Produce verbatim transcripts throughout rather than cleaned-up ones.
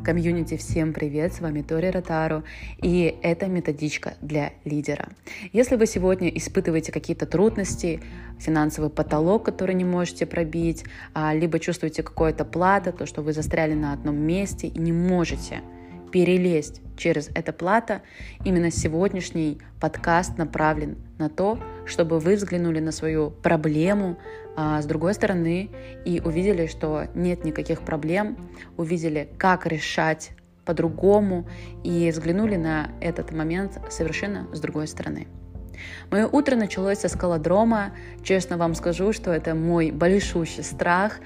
Комьюнити, всем привет, с вами Тори Ротару, и это методичка для лидера. Если вы сегодня испытываете какие-то трудности, финансовый потолок, который не можете пробить, либо чувствуете какое-то плато, то, что вы застряли на одном месте и не можете перелезть через это плато, именно сегодняшний подкаст направлен на то, чтобы вы взглянули на свою проблему а, с другой стороны и увидели, что нет никаких проблем, увидели, как решать по-другому и взглянули на этот момент совершенно с другой стороны. Мое утро началось со скалодрома. Честно вам скажу, что это мой большущий страх.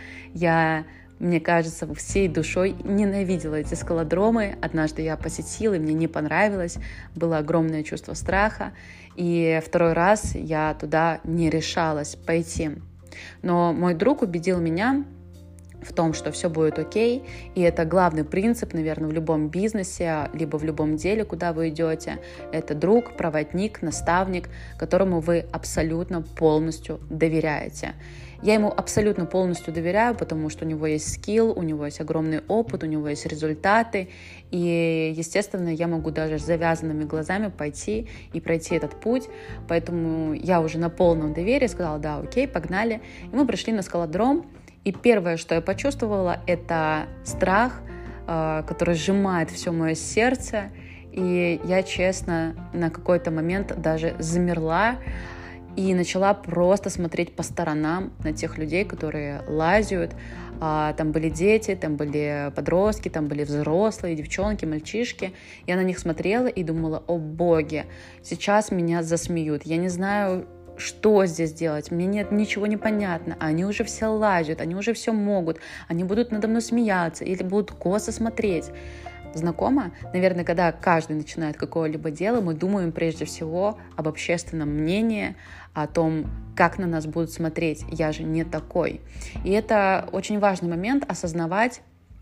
Я Мне кажется, всей душой ненавидела эти скалодромы. Однажды я посетила, и мне не понравилось. Было огромное чувство страха. И второй раз я туда не решалась пойти. Но мой друг убедил меня в том, что все будет окей. И это главный принцип, наверное, в любом бизнесе, либо в любом деле, куда вы идете. Это друг, проводник, наставник, которому вы абсолютно полностью доверяете. Я ему абсолютно полностью доверяю, потому что у него есть скилл, у него есть огромный опыт, у него есть результаты. И, естественно, я могу даже с завязанными глазами пойти и пройти этот путь. Поэтому я уже на полном доверии сказала: да, окей, погнали. И мы пришли на скалодром. И первое, что я почувствовала, это страх, который сжимает все мое сердце. И я, честно, на какой-то момент даже замерла и начала просто смотреть по сторонам на тех людей, которые лазят. Там были дети, там были подростки, там были взрослые, девчонки, мальчишки. Я на них смотрела и думала: о боги, сейчас меня засмеют. Я не знаю, что здесь делать, мне нет, ничего не понятно, они уже все лазят, они уже все могут, они будут надо мной смеяться или будут косо смотреть. Знакомо? Наверное, когда каждый начинает какое-либо дело, мы думаем прежде всего об общественном мнении, о том, как на нас будут смотреть. Я же не такой. И это очень важный момент — осознавать,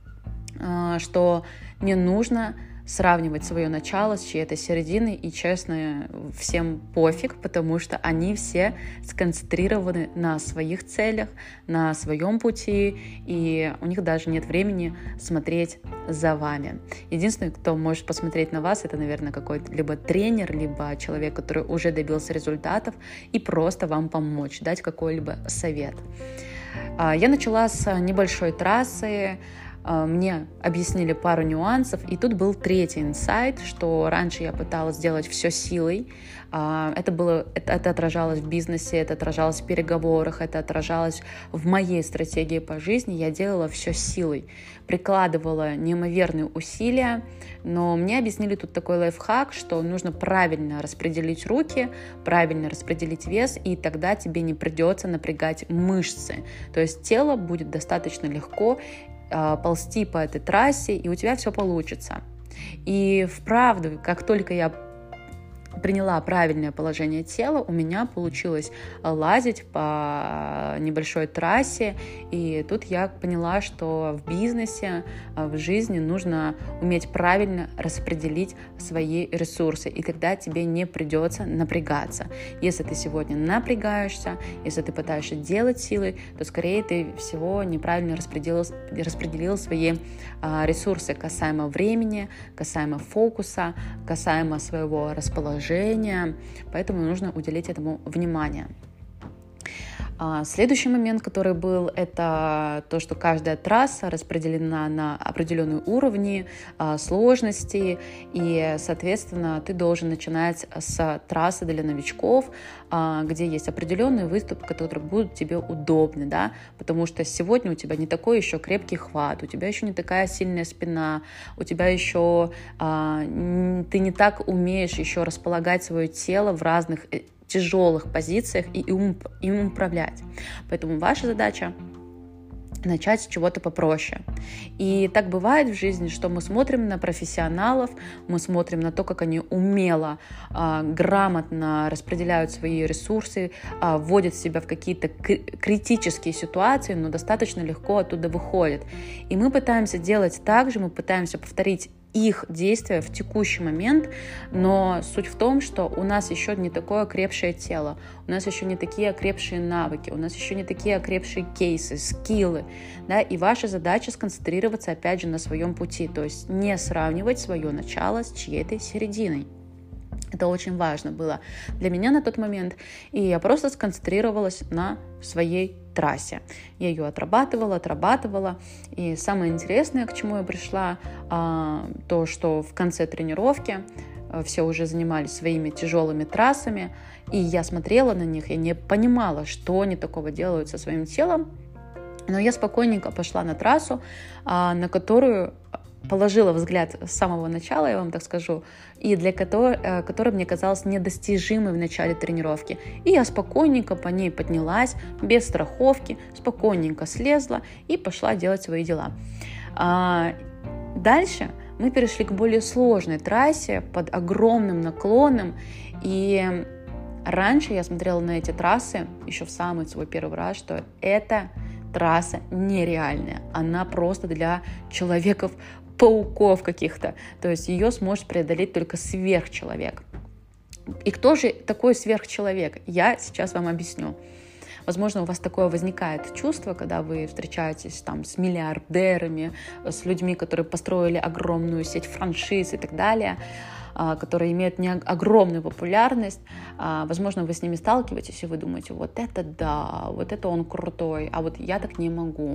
что не нужно сравнивать свое начало с чьей-то серединой, и, честно, всем пофиг, потому что они все сконцентрированы на своих целях, на своем пути, и у них даже нет времени смотреть за вами. Единственный, кто может посмотреть на вас, это, наверное, какой-то либо тренер, либо человек, который уже добился результатов, и просто вам помочь, дать какой-либо совет. Я начала с небольшой трассы. Мне объяснили пару нюансов, и тут был третий инсайт, что раньше я пыталась сделать все силой. Это, было, это, это отражалось в бизнесе, это отражалось в переговорах, это отражалось в моей стратегии по жизни. Я делала все силой, прикладывала неимоверные усилия, но мне объяснили тут такой лайфхак, что нужно правильно распределить руки, правильно распределить вес, и тогда тебе не придется напрягать мышцы. То есть тело будет достаточно легко ползти по этой трассе, и у тебя все получится. И вправду, как только я приняла правильное положение тела, у меня получилось лазить по небольшой трассе, и тут я поняла, что в бизнесе, в жизни нужно уметь правильно распределить свои ресурсы, и тогда тебе не придется напрягаться. Если ты сегодня напрягаешься, если ты пытаешься делать силой, то скорее ты всего неправильно распределил, распределил свои ресурсы касаемо времени, касаемо фокуса, касаемо своего расположения, поэтому нужно уделить этому внимание. Следующий момент, который был, это то, что каждая трасса распределена на определенные уровни сложности, и, соответственно, ты должен начинать с трассы для новичков, где есть определенные выступы, которые будут тебе удобны, да, потому что сегодня у тебя не такой еще крепкий хват, у тебя еще не такая сильная спина, у тебя еще ты не так умеешь еще располагать свое тело в разных тяжелых позициях и им, им управлять. Поэтому ваша задача начать с чего-то попроще. И так бывает в жизни, что мы смотрим на профессионалов, мы смотрим на то, как они умело, а, грамотно распределяют свои ресурсы, а, вводят себя в какие-то критические ситуации, но достаточно легко оттуда выходят. И мы пытаемся делать так же, мы пытаемся повторить их действия в текущий момент, но суть в том, что у нас еще не такое окрепшее тело, у нас еще не такие окрепшие навыки, у нас еще не такие окрепшие кейсы, скиллы, да, и ваша задача сконцентрироваться, опять же, на своем пути, то есть не сравнивать свое начало с чьей-то серединой. Это очень важно было для меня на тот момент, и я просто сконцентрировалась на своей трассе. Я ее отрабатывала, отрабатывала, и самое интересное, к чему я пришла, то, что в конце тренировки все уже занимались своими тяжелыми трассами, и я смотрела на них, я не понимала, что они такого делают со своим телом, но я спокойненько пошла на трассу, на которую положила взгляд с самого начала, я вам так скажу, и для которой, которая мне казалась недостижимой в начале тренировки. И я спокойненько по ней поднялась, без страховки, спокойненько слезла и пошла делать свои дела. А дальше мы перешли к более сложной трассе под огромным наклоном, и раньше я смотрела на эти трассы еще в самый свой первый раз, что это трасса нереальная, она просто для человеков пауков каких-то, то есть ее сможет преодолеть только сверхчеловек. И кто же такой сверхчеловек? Я сейчас вам объясню. Возможно, у вас такое возникает чувство, когда вы встречаетесь там с миллиардерами, с людьми, которые построили огромную сеть франшиз и так далее, которые имеют не огромную популярность. Возможно, вы с ними сталкиваетесь, и вы думаете, вот это да, вот это он крутой, а вот я так не могу.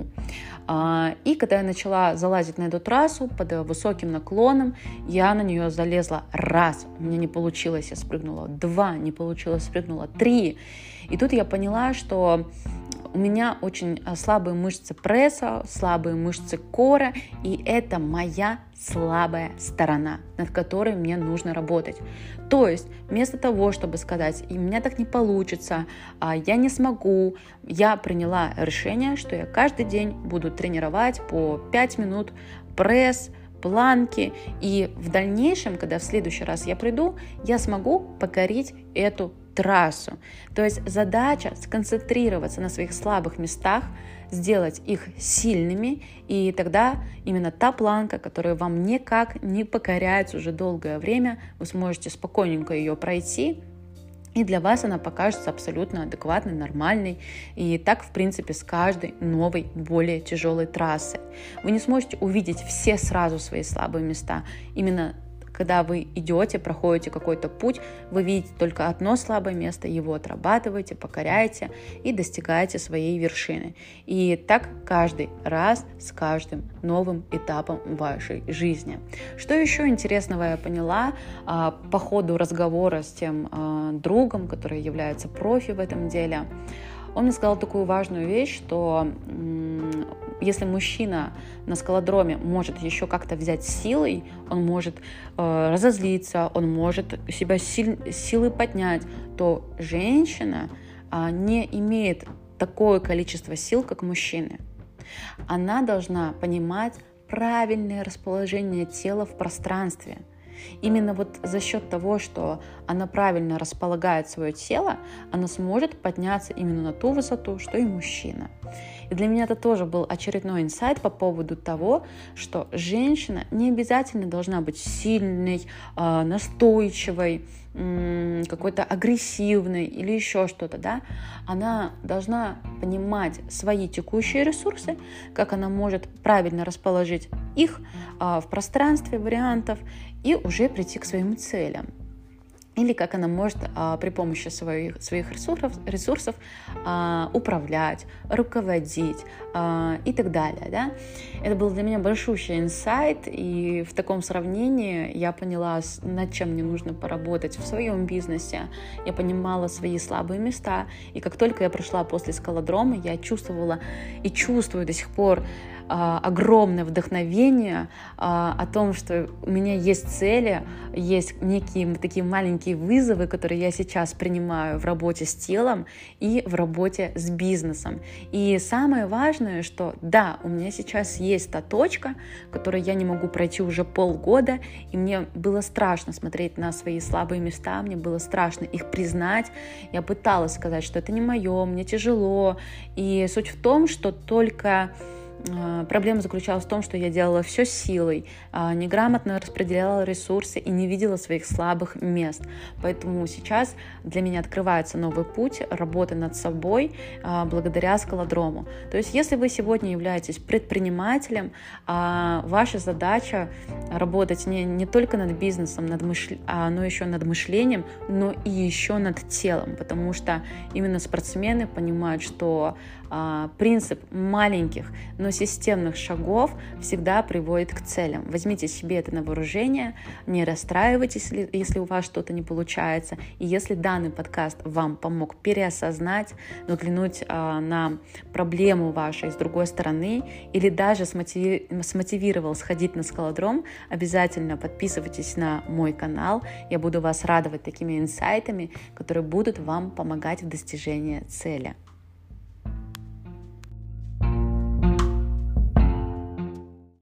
И когда я начала залазить на эту трассу под высоким наклоном, я на нее залезла раз, у меня не получилось, я спрыгнула, два, не получилось, спрыгнула, три. И тут я поняла, что у меня очень слабые мышцы пресса, слабые мышцы кора, и это моя слабая сторона, над которой мне нужно работать. То есть вместо того, чтобы сказать, и у меня так не получится, я не смогу, я приняла решение, что я каждый день буду тренировать по пять минут пресс, планки, и в дальнейшем, когда в следующий раз я приду, я смогу покорить эту трассу. То есть задача сконцентрироваться на своих слабых местах, сделать их сильными, и тогда именно та планка, которая вам никак не покоряется уже долгое время, вы сможете спокойненько ее пройти, и для вас она покажется абсолютно адекватной, нормальной. И так, в принципе, с каждой новой, более тяжелой трассой. Вы не сможете увидеть все сразу свои слабые места. Именно когда вы идете, проходите какой-то путь, вы видите только одно слабое место, его отрабатываете, покоряете и достигаете своей вершины. И так каждый раз с каждым новым этапом вашей жизни. Что еще интересного я поняла а, по ходу разговора с тем а, другом, который является профи в этом деле? Он мне сказал такую важную вещь, что м- если мужчина на скалодроме может еще как-то взять силой, он может э, разозлиться, он может себя силь, силой поднять, то женщина э, не имеет такое количество сил, как мужчины. Она должна понимать правильное расположение тела в пространстве. Именно вот за счет того, что она правильно располагает свое тело, она сможет подняться именно на ту высоту, что и мужчина. И для меня это тоже был очередной инсайт по поводу того, что женщина не обязательно должна быть сильной, настойчивой, какой-то агрессивной или еще что-то, да? Она должна понимать свои текущие ресурсы, как она может правильно расположить их в пространстве вариантов и уже прийти к своим целям. Или как она может а, при помощи своих, своих ресурсов, ресурсов а, управлять, руководить а, и так далее. Да? Это был для меня большущий инсайт, и в таком сравнении я поняла, над чем мне нужно поработать в своем бизнесе. Я понимала свои слабые места, и как только я прошла после скалодрома, я чувствовала и чувствую до сих пор огромное вдохновение о том, что у меня есть цели, есть некие такие маленькие вызовы, которые я сейчас принимаю в работе с телом и в работе с бизнесом. И самое важное, что да, у меня сейчас есть та точка, которую я не могу пройти уже полгода, и мне было страшно смотреть на свои слабые места, мне было страшно их признать. Я пыталась сказать, что это не мое, мне тяжело. И суть в том, что только проблема заключалась в том, что я делала все силой, неграмотно распределяла ресурсы и не видела своих слабых мест. Поэтому сейчас для меня открывается новый путь работы над собой благодаря скалодрому. То есть если вы сегодня являетесь предпринимателем, ваша задача работать не, не только над бизнесом, над мыш... но еще над мышлением, но и еще над телом, потому что именно спортсмены понимают, что а, принцип маленьких, но системных шагов всегда приводит к целям. Возьмите себе это на вооружение, не расстраивайтесь, если, если у вас что-то не получается, и если данный подкаст вам помог переосознать, взглянуть а, на проблему вашей с другой стороны, или даже смотиви... смотивировал сходить на скалодром, обязательно подписывайтесь на мой канал, я буду вас радовать такими инсайтами, которые будут вам помогать в достижении цели.